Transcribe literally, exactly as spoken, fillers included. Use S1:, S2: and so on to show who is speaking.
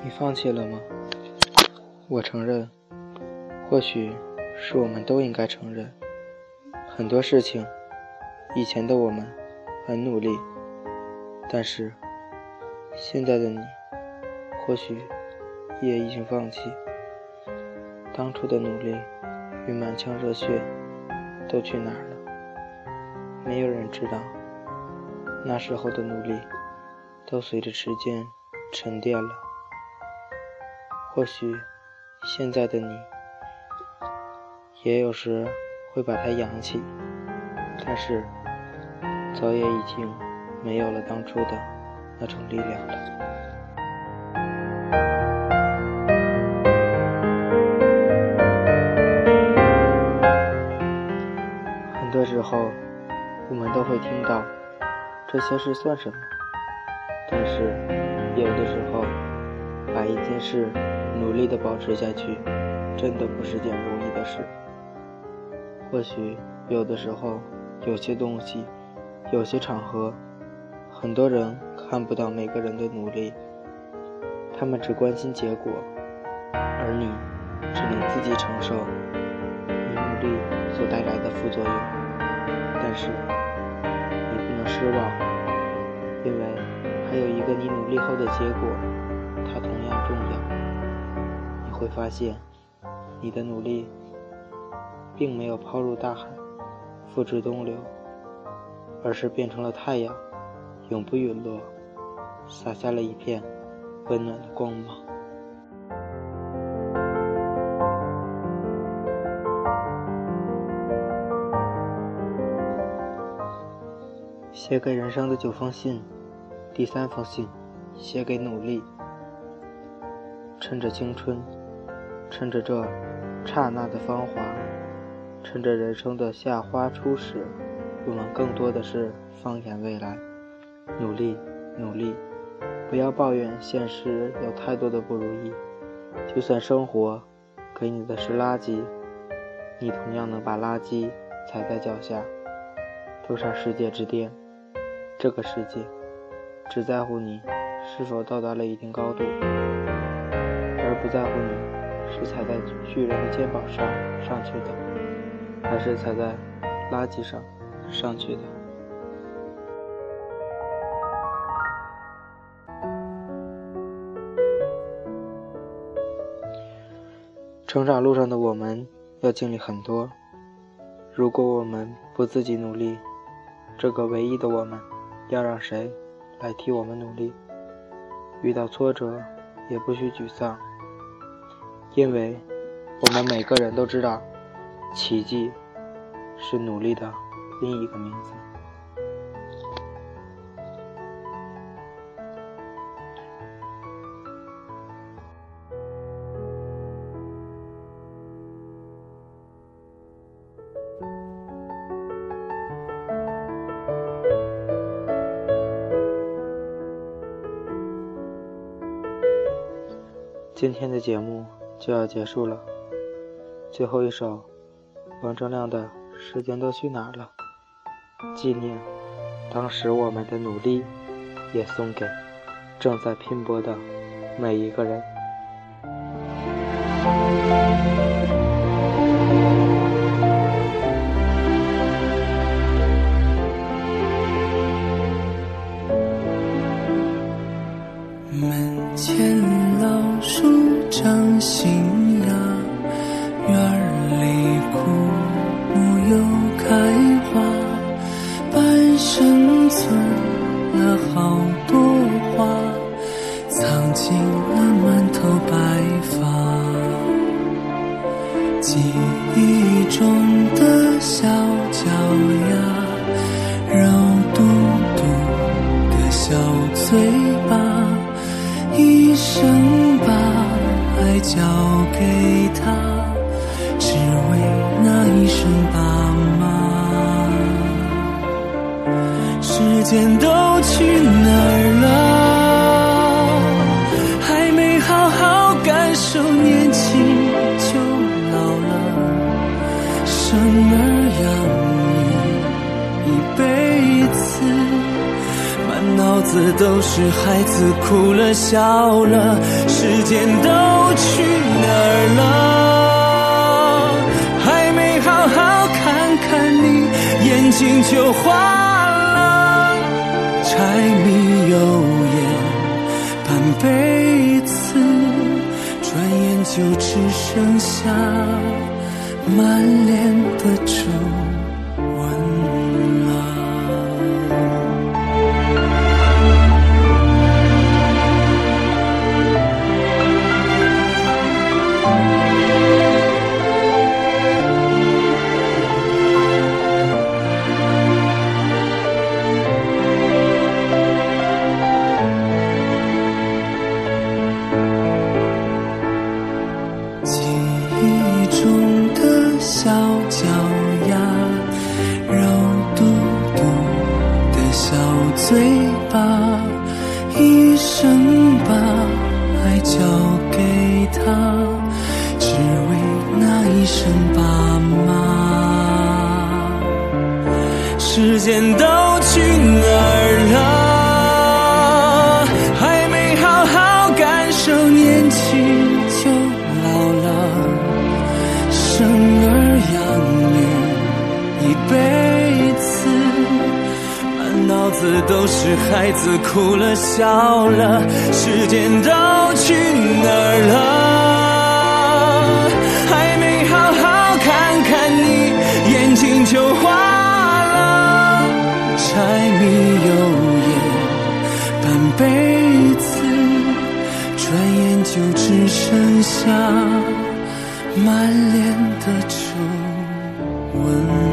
S1: 你放弃了吗？我承认，或许是我们都应该承认，很多事情以前的我们很努力，但是现在的你或许也已经放弃。当初的努力与满腔热血都去哪儿了？没有人知道，那时候的努力都随着时间沉淀了。或许现在的你也有时会把它扬起，但是早也已经没有了当初的那种力量了。很多时候我们都会听到这些事算什么，但是有的时候把一件事努力地保持下去真的不是件容易的事。或许有的时候有些东西有些场合很多人看不到每个人的努力，他们只关心结果，而你只能自己承受你努力所带来的副作用。但是你不能失望，因为还有一个你努力后的结果，它同样重要。你会发现你的努力并没有抛入大海付之东流，而是变成了太阳，永不陨落，洒下了一片温暖的光芒。写给人生的九封信，第三封信写给努力。趁着青春，趁着这刹那的芳华，趁着人生的夏花初始，我们更多的是放眼未来，努力努力，不要抱怨现实有太多的不如意。就算生活给你的是垃圾，你同样能把垃圾踩在脚下，走上世界之巅。这个世界只在乎你是否到达了一定高度，而不在乎你是踩在巨人的肩膀上上去的，还是踩在垃圾上上去的。成长路上的我们要经历很多，如果我们不自己努力，这个唯一的我们要让谁来替我们努力？遇到挫折也不许沮丧，因为我们每个人都知道，奇迹是努力的另一个名字。今天的节目就要结束了，最后一首王铮亮的《时间都去哪儿了》，纪念当时我们的努力，也送给正在拼搏的每一个人。
S2: 门前老树长新芽，院里枯木又开花，半生存了好多花，藏进了满头白发。记忆中的小脚丫，肉嘟嘟的小嘴巴，一生把爱交给他，只为那一声爸妈。时间都去哪儿了？还没好好感受年轻就老了。什么让你一辈子满脑脑子都是孩子哭了笑了，时间都去哪儿了？还没好好看看你，眼睛就花了。柴米油盐半辈子，转眼就只剩下满脸的皱纹了。记忆中的小脚丫，肉嘟嘟的小嘴巴，一生把爱交给他，只为那一声爸妈。时间都去哪儿了？还没好好感受年轻就老了，生儿养女一辈子，满脑子都是孩子哭了笑了，时间都去哪儿了？还没好好看看你，眼睛就花了。柴米油盐半辈子，转眼就只剩下满脸的皱纹。